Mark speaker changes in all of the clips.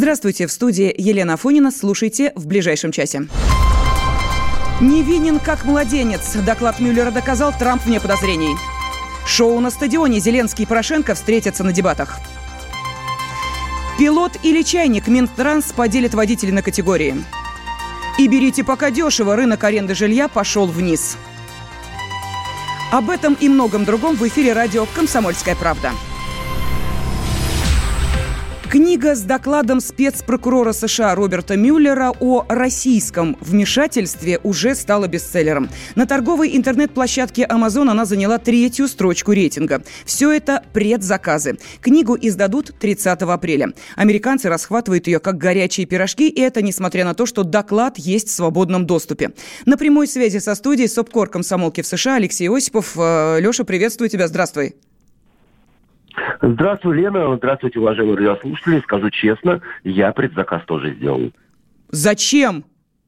Speaker 1: Здравствуйте, в студии Елена Афонина. Слушайте в ближайшем часе. Невинен как младенец. Доклад Мюллера доказал, Трамп вне подозрений. Шоу на стадионе. Зеленский и Порошенко встретятся на дебатах. Пилот или чайник. Минтранс поделит водителей на категории. И берите пока дешево. Рынок аренды жилья пошел вниз. Об этом и многом другом в эфире радио «Комсомольская правда». Книга с докладом спецпрокурора США Роберта Мюллера о российском вмешательстве уже стала бестселлером. На торговой интернет-площадке Amazon она заняла 3-ю строчку рейтинга. Все это предзаказы. Книгу издадут 30 апреля. Американцы расхватывают ее как горячие пирожки, и это несмотря на то, что доклад есть в свободном доступе. На прямой связи со студией СОПКОР комсомолки в США Алексей Осипов. Леша, приветствую тебя. Здравствуй.
Speaker 2: Здравствуй, Лена. Здравствуйте, уважаемые радиослушатели. Скажу честно, я предзаказ тоже сделал.
Speaker 1: Зачем?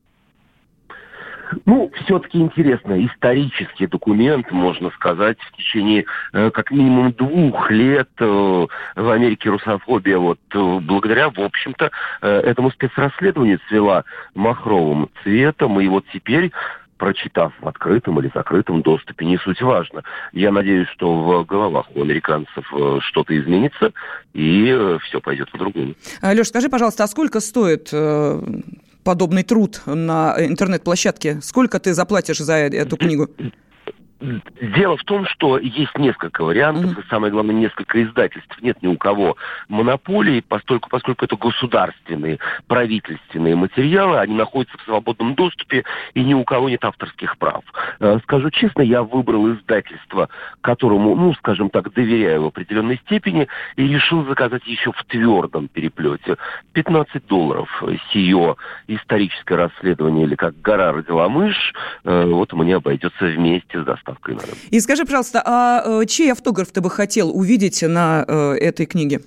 Speaker 2: Все-таки интересно. Исторический документ, можно сказать, в течение как минимум 2 лет в Америке русофобия благодаря, в общем-то, этому спецрасследованию цвела махровым цветом. И вот теперь, прочитав в открытом или закрытом доступе, не суть важно. Я надеюсь, что в головах у американцев что-то изменится, и все пойдет по-другому.
Speaker 1: Леш, скажи, пожалуйста, а сколько стоит подобный труд на интернет-площадке? Сколько ты заплатишь за эту книгу?
Speaker 2: Дело в том, что есть несколько вариантов, и самое главное, несколько издательств. Нет ни у кого монополии, поскольку это государственные, правительственные материалы, они находятся в свободном доступе, и ни у кого нет авторских прав. Скажу честно, я выбрал издательство, которому, скажем так, доверяю в определенной степени, и решил заказать еще в твердом переплете. $15 сие историческое расследование, или как гора родила мышь, мне обойдется вместе с доставкой.
Speaker 1: И скажи, пожалуйста, а чей автограф ты бы хотел увидеть на этой книге?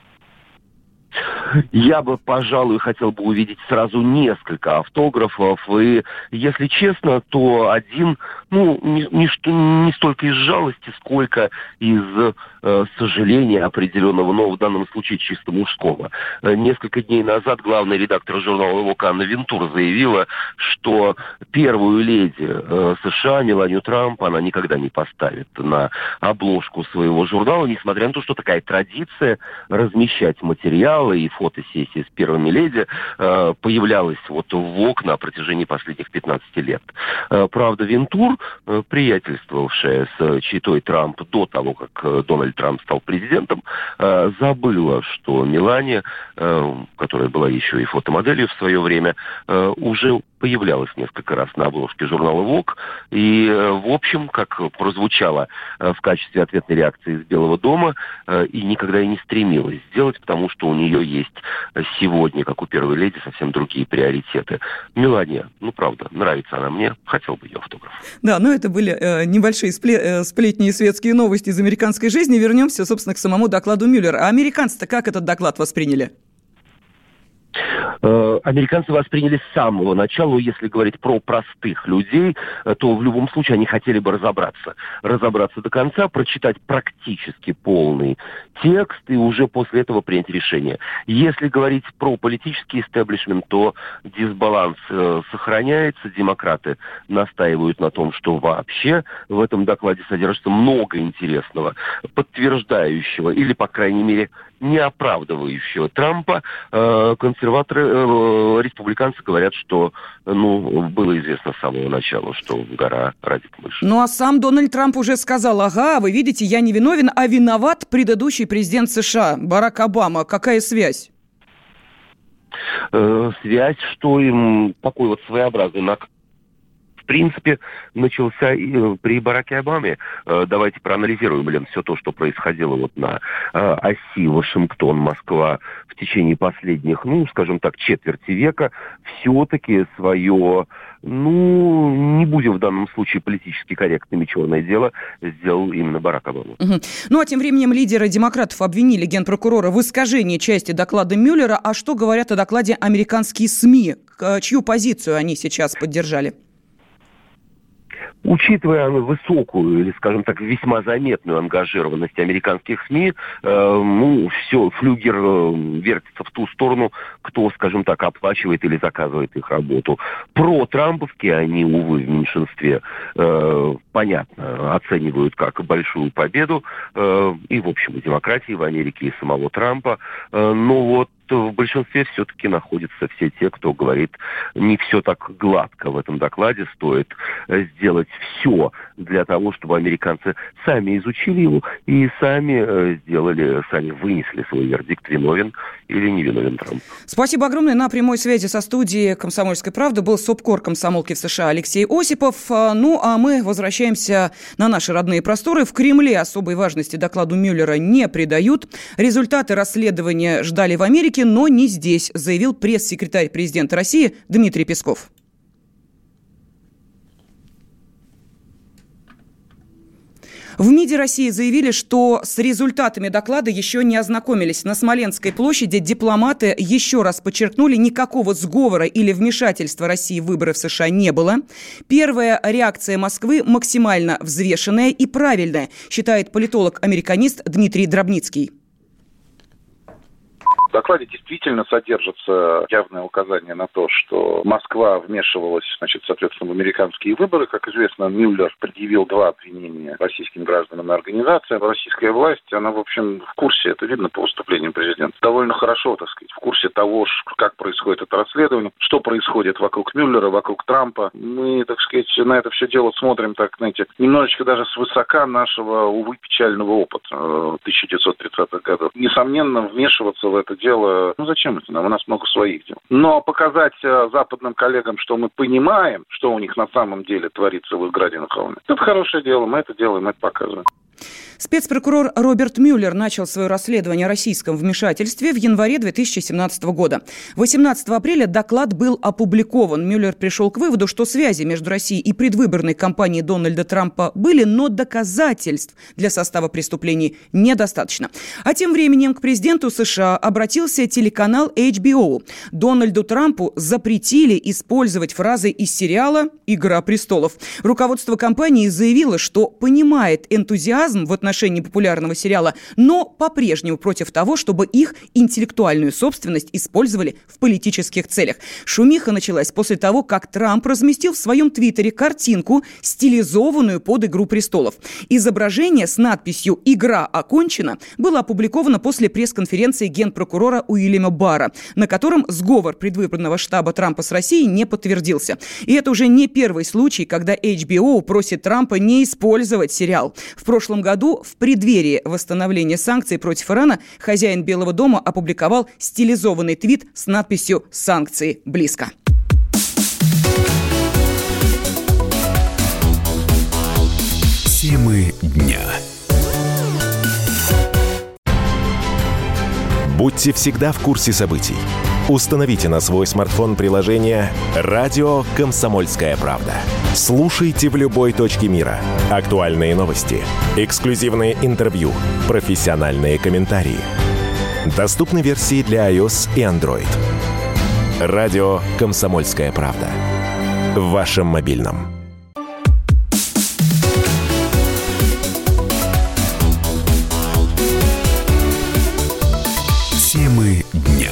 Speaker 2: Я бы, пожалуй, хотел бы увидеть сразу несколько автографов. И, если честно, то один, не столько из жалости, сколько из сожаления определенного, но в данном случае чисто мужского. Несколько дней назад главный редактор журнала «Вок» Анна Винтур заявила, что первую леди США Меланию Трамп она никогда не поставит на обложку своего журнала, несмотря на то, что такая традиция размещать материалы и фотосессии с первыми леди появлялась в ВОК на протяжении последних 15 лет. Правда, Винтур, приятельствовавшая с читой Трамп до того, как Дональд Трамп стал президентом, забыла, что Мелания, которая была еще и фотомоделью в свое время, уже появлялась несколько раз на обложке журнала «Вок». И, в общем, как прозвучало в качестве ответной реакции из Белого дома, и никогда и не стремилась сделать, потому что у нее есть сегодня, как у первой леди, совсем другие приоритеты. Мелания, правда, нравится она мне, хотел бы ее автограф.
Speaker 1: Да, это были небольшие сплетни и светские новости из американской жизни. Вернемся, собственно, к самому докладу Мюллера. А американцы-то как этот доклад восприняли?
Speaker 2: Американцы восприняли с самого начала, если говорить про простых людей, то в любом случае они хотели бы разобраться до конца, прочитать практически полный текст и уже после этого принять решение. Если говорить про политический истеблишмент, то дисбаланс сохраняется. Демократы настаивают на том, что вообще в этом докладе содержится много интересного, подтверждающего или, по крайней мере, не оправдывающего Трампа. Республиканцы говорят, что было известно с самого начала, что гора родит мышь.
Speaker 1: А сам Дональд Трамп уже сказал: вы видите, я не виновен, а виноват предыдущий президент США Барак Обама. Какая связь?
Speaker 2: Связь, что им такой своеобразный накал, в принципе, начался и при Бараке Обаме. Давайте проанализируем, Лен, все то, что происходило на оси Вашингтон-Москва в течение последних, скажем так, четверти века. Все-таки свое, не будем в данном случае политически корректными, черное дело сделал именно Барак Обама.
Speaker 1: А тем временем лидеры демократов обвинили генпрокурора в искажении части доклада Мюллера. А что говорят о докладе американские СМИ? Чью позицию они сейчас поддержали?
Speaker 2: Учитывая высокую или, скажем так, весьма заметную ангажированность американских СМИ, все, флюгер вертится в ту сторону, кто, скажем так, оплачивает или заказывает их работу. Про-трамповские, они, увы, в меньшинстве, понятно, оценивают как большую победу и, в общем, и демократии в Америке, и самого Трампа. Но вот в большинстве все-таки находятся все те, кто говорит, не все так гладко в этом докладе, стоит сделать все для того, чтобы американцы сами изучили его и сами вынесли свой вердикт, виновен или не виновен Трамп.
Speaker 1: Спасибо огромное. На прямой связи со студией «Комсомольской правды» был СОПКОР комсомолки в США Алексей Осипов. Ну, а мы возвращаемся на наши родные просторы. В Кремле особой важности докладу Мюллера не придают. Результаты расследования ждали в Америке, но не здесь, заявил пресс-секретарь президента России Дмитрий Песков. В МИДе России заявили, что с результатами доклада еще не ознакомились. На Смоленской площади дипломаты еще раз подчеркнули, никакого сговора или вмешательства России в выборы в США не было. Первая реакция Москвы максимально взвешенная и правильная, считает политолог-американист Дмитрий Дробницкий.
Speaker 3: В докладе действительно содержится явное указание на то, что Москва вмешивалась, соответственно, в американские выборы. Как известно, Мюллер предъявил 2 обвинения российским гражданам и организациям. Российская власть, она, в общем, в курсе, это видно по выступлениям президента, довольно хорошо, в курсе того, как происходит это расследование, что происходит вокруг Мюллера, вокруг Трампа. Мы, на это все дело смотрим, немножечко даже свысока нашего, увы, печального опыта 1930-х годов. Несомненно, вмешиваться в это дело, зачем это нам? У нас много своих дел. Но показать западным коллегам, что мы понимаем, что у них на самом деле творится в их градиных волнах, это хорошее дело, мы это делаем, мы это показываем.
Speaker 1: Спецпрокурор Роберт Мюллер начал свое расследование о российском вмешательстве в январе 2017 года. 18 апреля доклад был опубликован. Мюллер пришел к выводу, что связи между Россией и предвыборной кампанией Дональда Трампа были, но доказательств для состава преступлений недостаточно. А тем временем к президенту США обратился телеканал HBO. Дональду Трампу запретили использовать фразы из сериала «Игра престолов». Руководство компании заявило, что понимает энтузиазм в отношении популярного сериала, но по-прежнему против того, чтобы их интеллектуальную собственность использовали в политических целях. Шумиха началась после того, как Трамп разместил в своем твиттере картинку, стилизованную под «Игру престолов». Изображение с надписью «Игра окончена» было опубликовано после пресс-конференции генпрокурора Уильяма Барра, на котором сговор предвыборного штаба Трампа с Россией не подтвердился. И это уже не первый случай, когда HBO просит Трампа не использовать сериал. В прошлом году, в преддверии восстановления санкций против Ирана, хозяин Белого дома опубликовал стилизованный твит с надписью «Санкции близко».
Speaker 4: Темы дня. Будьте всегда в курсе событий. Установите на свой смартфон приложение «Радио Комсомольская правда». Слушайте в любой точке мира. Актуальные новости, эксклюзивные интервью, профессиональные комментарии. Доступны версии для iOS и Android. «Радио Комсомольская правда». В вашем мобильном. Темы дня.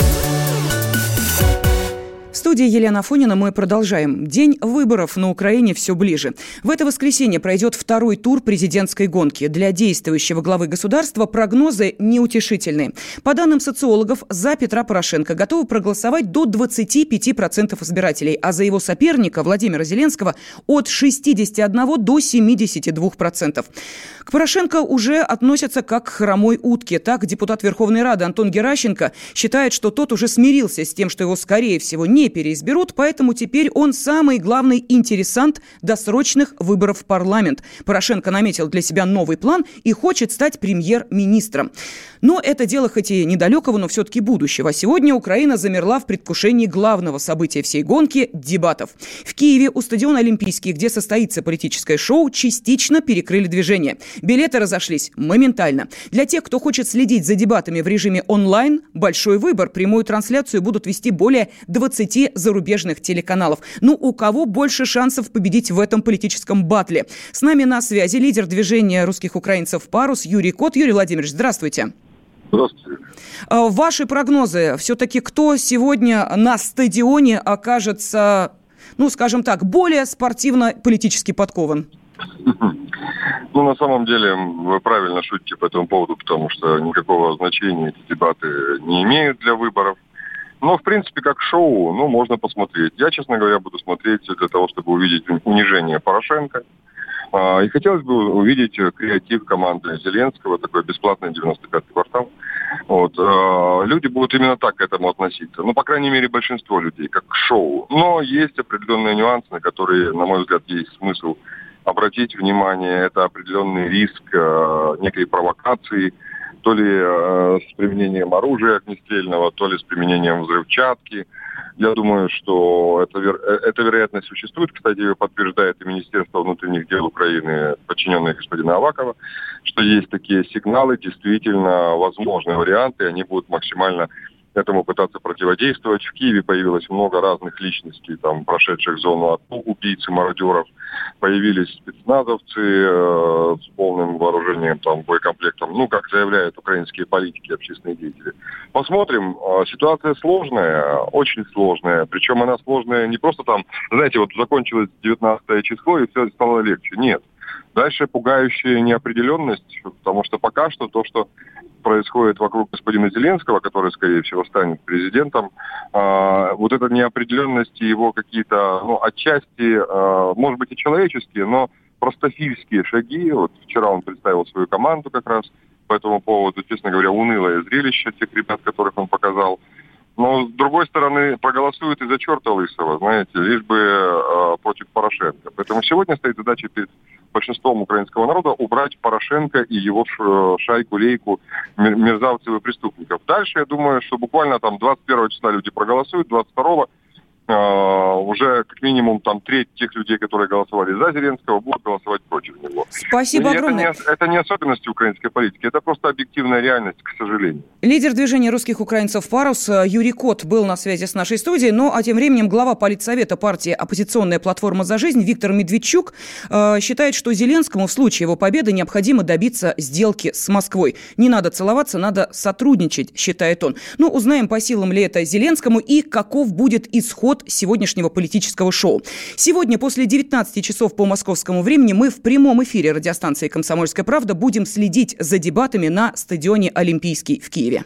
Speaker 1: В студии Елена Афонина мы продолжаем. День выборов на Украине все ближе. В это воскресенье пройдет второй тур президентской гонки. Для действующего главы государства прогнозы неутешительные. По данным социологов, за Петра Порошенко готовы проголосовать до 25% избирателей, а за его соперника Владимира Зеленского от 61 до 72%. К Порошенко уже относятся как к хромой утке. Так, депутат Верховной Рады Антон Геращенко считает, что тот уже смирился с тем, что его, скорее всего, не переизберут, поэтому теперь он самый главный интересант досрочных выборов в парламент. Порошенко наметил для себя новый план и хочет стать премьер-министром. Но это дело хоть и недалекого, но все-таки будущего. Сегодня Украина замерла в предвкушении главного события всей гонки – дебатов. В Киеве у стадиона Олимпийский, где состоится политическое шоу, частично перекрыли движение. Билеты разошлись моментально. Для тех, кто хочет следить за дебатами в режиме онлайн, большой выбор. Прямую трансляцию будут вести более 20 зарубежных телеканалов. Ну, у кого больше шансов победить в этом политическом батле? С нами на связи лидер движения русских украинцев «Парус» Юрий Кот. Юрий Владимирович, здравствуйте.
Speaker 5: Здравствуйте.
Speaker 1: Ваши прогнозы. Все-таки кто сегодня на стадионе окажется, ну, скажем так, более спортивно-политически подкован?
Speaker 5: Ну, на самом деле, вы правильно шутите по этому поводу, потому что никакого значения эти дебаты не имеют для выборов. Но, в принципе, как шоу, ну, можно посмотреть. Я, честно говоря, буду смотреть для того, чтобы увидеть унижение Порошенко. И хотелось бы увидеть креатив команды Зеленского, такой бесплатный 95-й квартал. Вот. Люди будут именно так к этому относиться. Ну, по крайней мере, большинство людей, как к шоу. Но есть определенные нюансы, на которые, на мой взгляд, есть смысл обратить внимание. Это определенный риск некой провокации, то ли с применением оружия огнестрельного, то ли с применением взрывчатки. Я думаю, что эта вероятность существует. Кстати, ее подтверждает и Министерство внутренних дел Украины, подчиненное господина Авакова, что есть такие сигналы, действительно возможные варианты, они будут максимально этому пытаться противодействовать. В Киеве появилось много разных личностей, там, прошедших зону АТО, убийц и мародеров. Появились спецназовцы с полным вооружением, там, боекомплектом, ну, как заявляют украинские политики, общественные деятели. Посмотрим. Ситуация сложная, очень сложная. Причем она сложная не просто там, знаете, вот закончилось 19 число и все стало легче. Нет. Дальше пугающая неопределенность, потому что пока что то, что происходит вокруг господина Зеленского, который, скорее всего, станет президентом, вот эта неопределенность и его какие-то, ну, отчасти, может быть, и человеческие, но простофильские шаги. Вот вчера он представил свою команду как раз по этому поводу. Честно говоря, унылое зрелище тех ребят, которых он показал. Но, с другой стороны, проголосуют и за черта лысого, знаете, лишь бы против Порошенко. Поэтому сегодня стоит задача перед большинством украинского народа убрать Порошенко и его шайку-лейку мерзавцев и преступников. Дальше, я думаю, что буквально там 21 числа люди проголосуют, 22-го уже как минимум там треть тех людей, которые голосовали за Зеленского, будут голосовать против него.
Speaker 1: Спасибо огромное.
Speaker 5: Это не особенности украинской политики, это просто объективная реальность, к сожалению.
Speaker 1: Лидер движения русских украинцев «Парус» Юрий Кот был на связи с нашей студией, но тем временем глава политсовета партии «Оппозиционная платформа за жизнь» Виктор Медведчук считает, что Зеленскому в случае его победы необходимо добиться сделки с Москвой. Не надо целоваться, надо сотрудничать, считает он. Ну, узнаем, по силам ли это Зеленскому и каков будет исход сегодняшнего политического шоу. Сегодня после 19 часов по московскому времени мы в прямом эфире радиостанции «Комсомольская правда» будем следить за дебатами на стадионе Олимпийский в Киеве.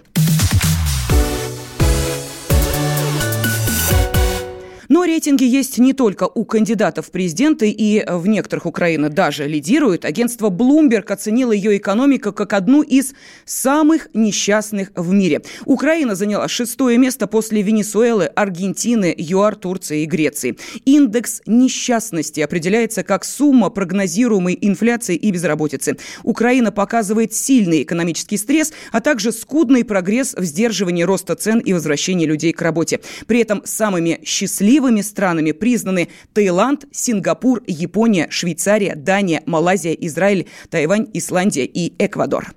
Speaker 1: Но рейтинги есть не только у кандидатов в президенты, и в некоторых Украина даже лидирует. Агентство Bloomberg оценило ее экономику как одну из самых несчастных в мире. Украина заняла 6-е место после Венесуэлы, Аргентины, ЮАР, Турции и Греции. Индекс несчастности определяется как сумма прогнозируемой инфляции и безработицы. Украина показывает сильный экономический стресс, а также скудный прогресс в сдерживании роста цен и возвращении людей к работе. При этом самыми счастливыми странами признаны Таиланд, Сингапур, Япония, Швейцария, Дания, Малайзия, Израиль, Тайвань, Исландия и Эквадор.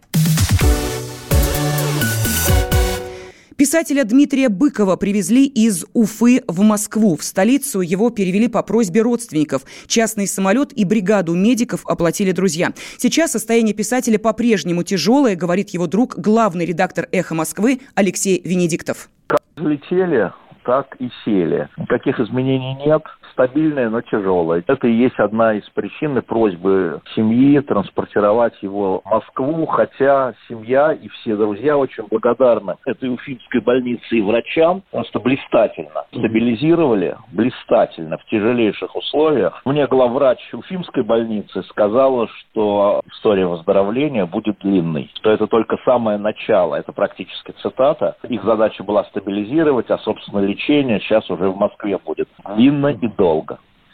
Speaker 1: Писателя Дмитрия Быкова привезли из Уфы в Москву. В столицу его перевели по просьбе родственников. Частный самолет и бригаду медиков оплатили друзья. Сейчас состояние писателя по-прежнему тяжелое, говорит его друг, главный редактор «Эхо Москвы» Алексей Венедиктов.
Speaker 6: Как взлетели, так и сели. Никаких изменений нет. Стабильное, но тяжелое. Это и есть одна из причин просьбы семьи транспортировать его в Москву, хотя семья и все друзья очень благодарны этой уфимской больнице и врачам. Просто блистательно стабилизировали, блистательно, в тяжелейших условиях. Мне главврач уфимской больницы сказала, что история выздоровления будет длинной, что это только самое начало, это практически цитата. Их задача была стабилизировать, а, собственно, лечение сейчас уже в Москве будет длинно и долго.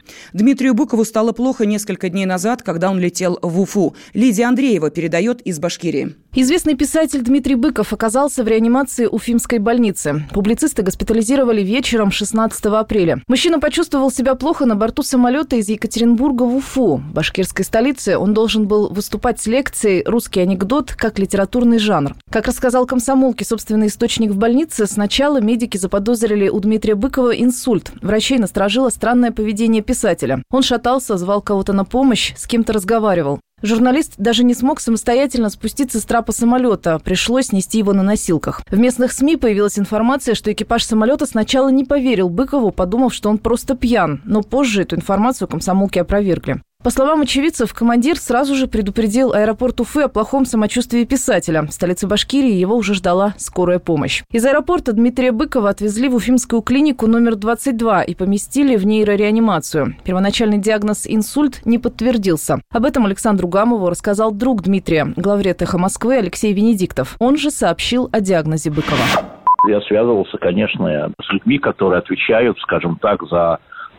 Speaker 1: Дмитрию Быкову стало плохо несколько дней назад, когда он летел в Уфу. Лидия Андреева передает из Башкирии.
Speaker 7: Известный писатель Дмитрий Быков оказался в реанимации Уфимской больницы. Публициста госпитализировали вечером 16 апреля. Мужчина почувствовал себя плохо на борту самолета из Екатеринбурга в Уфу. В башкирской столице он должен был выступать с лекцией «Русский анекдот как литературный жанр». Как рассказал «Комсомолке» собственный источник в больнице, сначала медики заподозрили у Дмитрия Быкова инсульт. Врачей насторожило странное поведение писателя. Он шатался, звал кого-то на помощь, с кем-то разговаривал. Журналист даже не смог самостоятельно спуститься с трапа самолета. Пришлось нести его на носилках. В местных СМИ появилась информация, что экипаж самолета сначала не поверил Быкову, подумав, что он просто пьян. Но позже эту информацию комсомолки опровергли. По словам очевидцев, командир сразу же предупредил аэропорт Уфы о плохом самочувствии писателя. В столице Башкирии его уже ждала скорая помощь. Из аэропорта Дмитрия Быкова отвезли в Уфимскую клинику номер 22 и поместили в нейрореанимацию. Первоначальный диагноз инсульт не подтвердился. Об этом Александру Гамову рассказал друг Дмитрия, главред «Эхо Москвы» Алексей Венедиктов. Он же сообщил о диагнозе Быкова.
Speaker 6: Я связывался, конечно, с людьми, которые отвечают, скажем так, за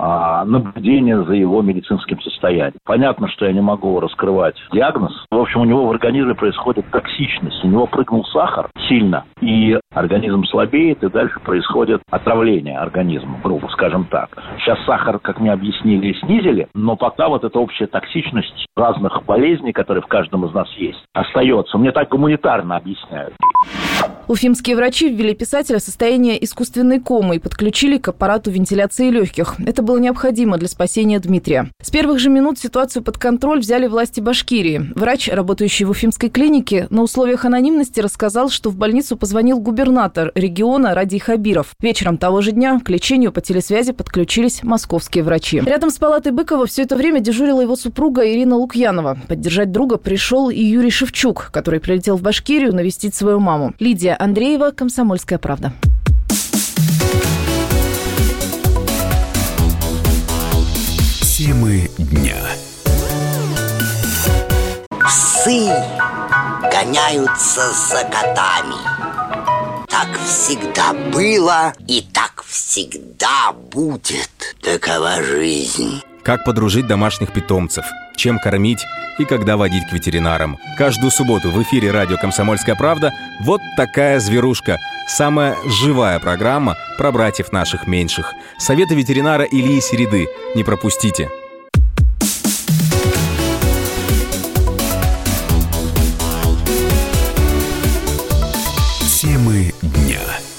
Speaker 6: наблюдение за его медицинским состоянием. Понятно, что я не могу раскрывать диагноз. В общем, у него в организме происходит токсичность. У него прыгнул сахар сильно, и организм слабеет, и дальше происходит отравление организма, грубо скажем так. Сейчас сахар, как мне объяснили, снизили, но пока вот эта общая токсичность разных болезней, которые в каждом из нас есть, остается. Мне так гуманитарно объясняют.
Speaker 7: Уфимские врачи ввели писателя в состояние искусственной комы и подключили к аппарату вентиляции легких. Это было необходимо для спасения Дмитрия. С первых же минут ситуацию под контроль взяли власти Башкирии. Врач, работающий в Уфимской клинике, на условиях анонимности рассказал, что в больницу позвонил губернатор региона Радий Хабиров. Вечером того же дня к лечению по телесвязи подключились московские врачи. Рядом с палатой Быкова все это время дежурила его супруга Ирина Лукьянова. Поддержать друга пришел и Юрий Шевчук, который прилетел в Башкирию навестить свою маму. Лидия Андреева, «Комсомольская правда».
Speaker 8: Темы дня.
Speaker 9: Псы гоняются за котами. Так всегда было и так всегда будет. Такова жизнь.
Speaker 10: Как подружить домашних питомцев, чем кормить и когда водить к ветеринарам. Каждую субботу в эфире радио «Комсомольская правда» вот такая зверушка. Самая живая программа про братьев наших меньших. Советы ветеринара Ильи Середы. Не пропустите.
Speaker 8: Темы дня.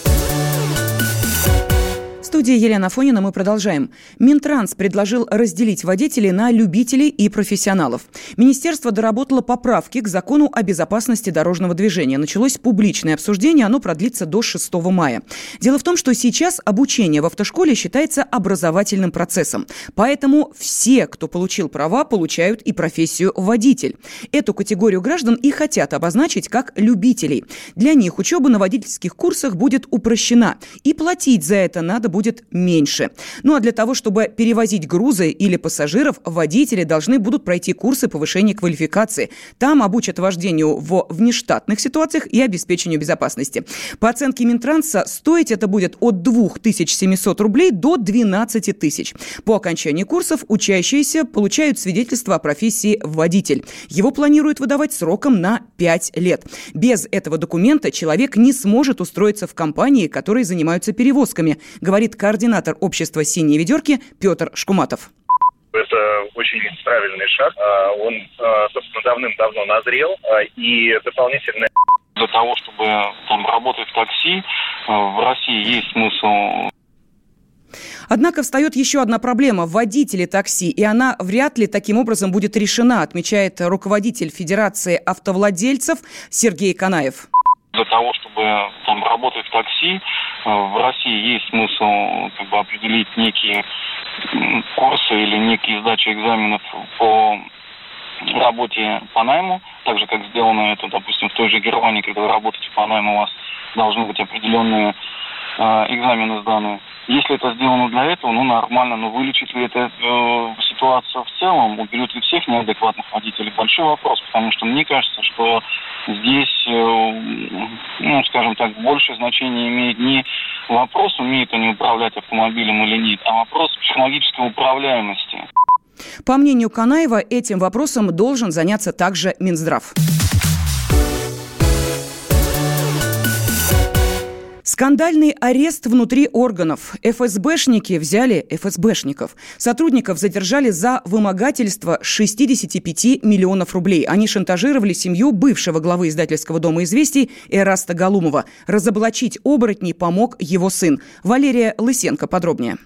Speaker 1: В студии Елена Афонина мы продолжаем. Минтранс предложил разделить водителей на любителей и профессионалов. Министерство доработало поправки к закону о безопасности дорожного движения. Началось публичное обсуждение, оно продлится до 6 мая. Дело в том, что сейчас обучение в автошколе считается образовательным процессом. Поэтому все, кто получил права, получают и профессию водитель. Эту категорию граждан и хотят обозначить как любителей. Для них учеба на водительских курсах будет упрощена. И платить за это надо будет меньше. Ну а для того, чтобы перевозить грузы или пассажиров, водители должны будут пройти курсы повышения квалификации. Там обучат вождению в внештатных ситуациях и обеспечению безопасности. По оценке Минтранса, стоить это будет от 2700 рублей до 12 тысяч. По окончании курсов учащиеся получают свидетельство о профессии водитель. Его планируют выдавать сроком на 5 лет. Без этого документа человек не сможет устроиться в компании, которые занимаются перевозками, говорит координатор общества «Синие ведерки» Петр Шкуматов.
Speaker 11: Это очень правильный шаг. Он, собственно, давным-давно назрел. И дополнительно
Speaker 12: для того, чтобы там работать в такси, в России есть смысл.
Speaker 1: Однако встает еще одна проблема – водители такси, и она вряд ли таким образом будет решена, отмечает руководитель Федерации автовладельцев Сергей Канаев.
Speaker 12: Для того, чтобы там работать в такси, в России есть смысл определить некие курсы или некие сдачи экзаменов по работе по найму, так же, как сделано это, допустим, в той же Германии, когда вы работаете по найму, у вас должны быть определенные экзамены сданы. Если это сделано для этого, нормально, но вылечит ли это ситуацию в целом, уберет ли всех неадекватных водителей, большой вопрос, потому что мне кажется, что здесь, скажем так, большее значение имеет не вопрос, умеют они управлять автомобилем или нет, а вопрос технологической управляемости.
Speaker 1: По мнению Канаева, этим вопросом должен заняться также Минздрав. Скандальный арест внутри органов. ФСБшники взяли ФСБшников. Сотрудников задержали за вымогательство 65 миллионов рублей. Они шантажировали семью бывшего главы издательского дома «Известий» Эраста Галумова. Разоблачить оборотней помог его сын. Валерия Лысенко подробнее.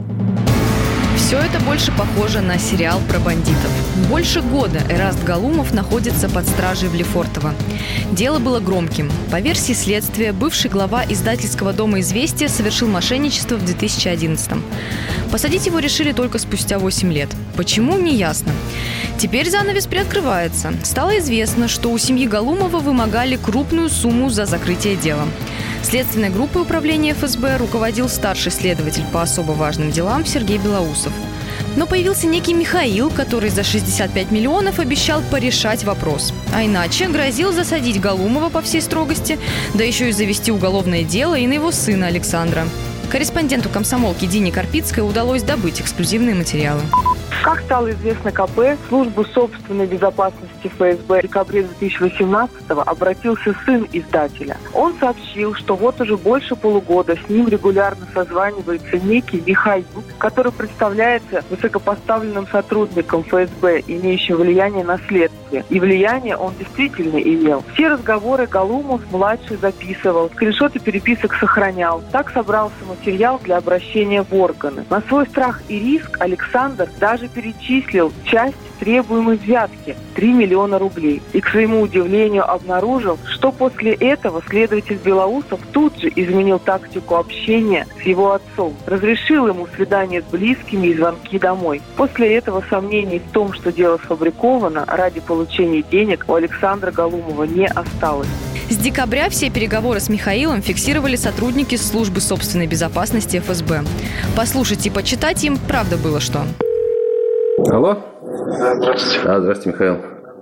Speaker 8: Все это больше похоже на сериал про бандитов. Больше года Эраст Галумов находится под стражей в Лефортово. Дело было громким. По версии следствия, бывший глава издательского дома «Известия» совершил мошенничество в 2011-м. Посадить его решили только спустя 8 лет. Почему, неясно. Теперь занавес приоткрывается. Стало известно, что у семьи Галумова вымогали крупную сумму за закрытие дела. Следственной группой управления ФСБ руководил старший следователь по особо важным делам Сергей Белоусов. Но появился некий Михаил, который за 65 миллионов обещал порешать вопрос. А иначе грозил засадить Галумова по всей строгости, да еще и завести уголовное дело и на его сына Александра. Корреспонденту «Комсомолки» Дине Карпицкой удалось добыть эксклюзивные материалы.
Speaker 13: Как стало известно КП, в службу собственной безопасности ФСБ в декабре 2018-го обратился сын издателя. Он сообщил, что вот уже больше полугода с ним регулярно созванивается некий Михаил, который представляется высокопоставленным сотрудником ФСБ, имеющим влияние на следствие. И влияние он действительно имел. Все разговоры Галумов-младший записывал, скриншоты переписок сохранял. Так собрался материал для обращения в органы. На свой страх и риск Александр даже перечислил часть требуемой взятки – 3 миллиона рублей. И, к своему удивлению, обнаружил, что после этого следователь Белоусов тут же изменил тактику общения с его отцом. Разрешил ему свидание с близкими и звонки домой. После этого сомнений в том, что дело сфабриковано ради получения денег, у Александра Галумова не осталось.
Speaker 8: С декабря все переговоры с Михаилом фиксировали сотрудники службы собственной безопасности ФСБ. Послушать и почитать им правда было что.
Speaker 14: Алло?
Speaker 15: Здравствуйте.
Speaker 14: Здравствуйте, Михаил.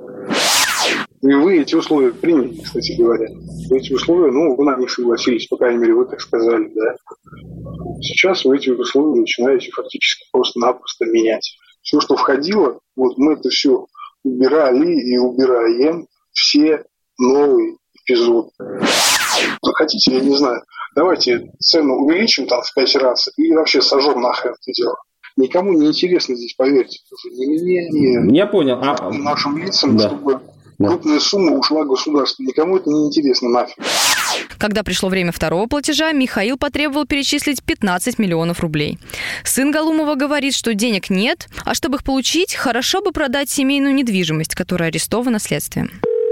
Speaker 15: И вы эти условия приняли, кстати говоря. Эти условия, вы на них согласились, по крайней мере, вы так сказали, да. Сейчас вы эти условия начинаете фактически просто-напросто менять. Все, что входило, мы это все убирали и убираем, все новые эпизоды. Хотите, я не знаю, давайте цену увеличим в 5 раз и вообще сожжем нахрен это дело. Никому не интересно здесь, поверьте. Ни мне, ни
Speaker 14: я понял.
Speaker 15: Нашим лицам, чтобы крупная сумма ушла государству. Никому это не интересно нафиг.
Speaker 8: Когда пришло время второго платежа, Михаил потребовал перечислить 15 миллионов рублей. Сын Галумова говорит, что денег нет, а чтобы их получить, хорошо бы продать семейную недвижимость, которая арестована следствием.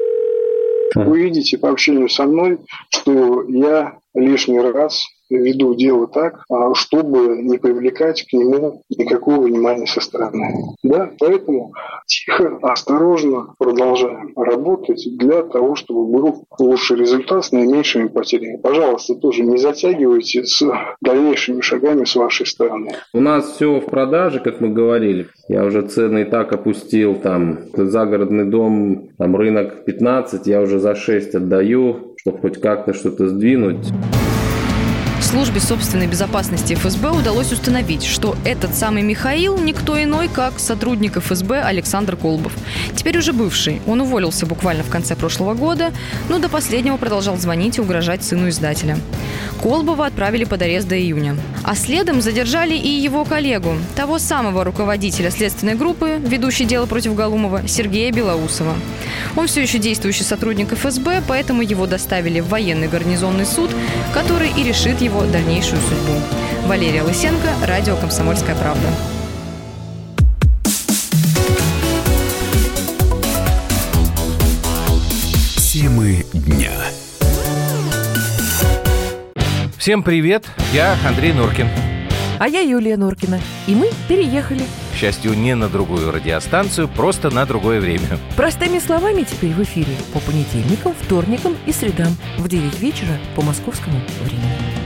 Speaker 15: Вы видите по общению со мной, что я лишний раз веду дело так, чтобы не привлекать к нему никакого внимания со стороны. Да, поэтому тихо, осторожно продолжаем работать для того, чтобы был лучший результат с наименьшими потерями. Пожалуйста, тоже не затягивайте с дальнейшими шагами с вашей стороны.
Speaker 14: У нас все в продаже, как мы говорили. Я уже цены и так опустил, загородный дом, рынок 15, я уже за 6 отдаю, чтобы хоть как-то что-то сдвинуть.
Speaker 8: Службе собственной безопасности ФСБ удалось установить, что этот самый Михаил никто иной, как сотрудник ФСБ Александр Колбов. Теперь уже бывший. Он уволился буквально в конце прошлого года, но до последнего продолжал звонить и угрожать сыну издателя. Колбова отправили под арест до июня. А следом задержали и его коллегу, того самого руководителя следственной группы, ведущей дело против Галумова, Сергея Белоусова. Он все еще действующий сотрудник ФСБ, поэтому его доставили в военный гарнизонный суд, который и решит его дальнейшую судьбу. Валерия Лысенко, радио «Комсомольская правда».
Speaker 16: Темы дня.
Speaker 17: Всем привет, я Андрей Норкин.
Speaker 18: А я Юлия Норкина. И мы переехали.
Speaker 17: К счастью, не на другую радиостанцию, просто на другое время.
Speaker 18: Простыми словами теперь в эфире по понедельникам, вторникам и средам в 9 вечера по московскому времени.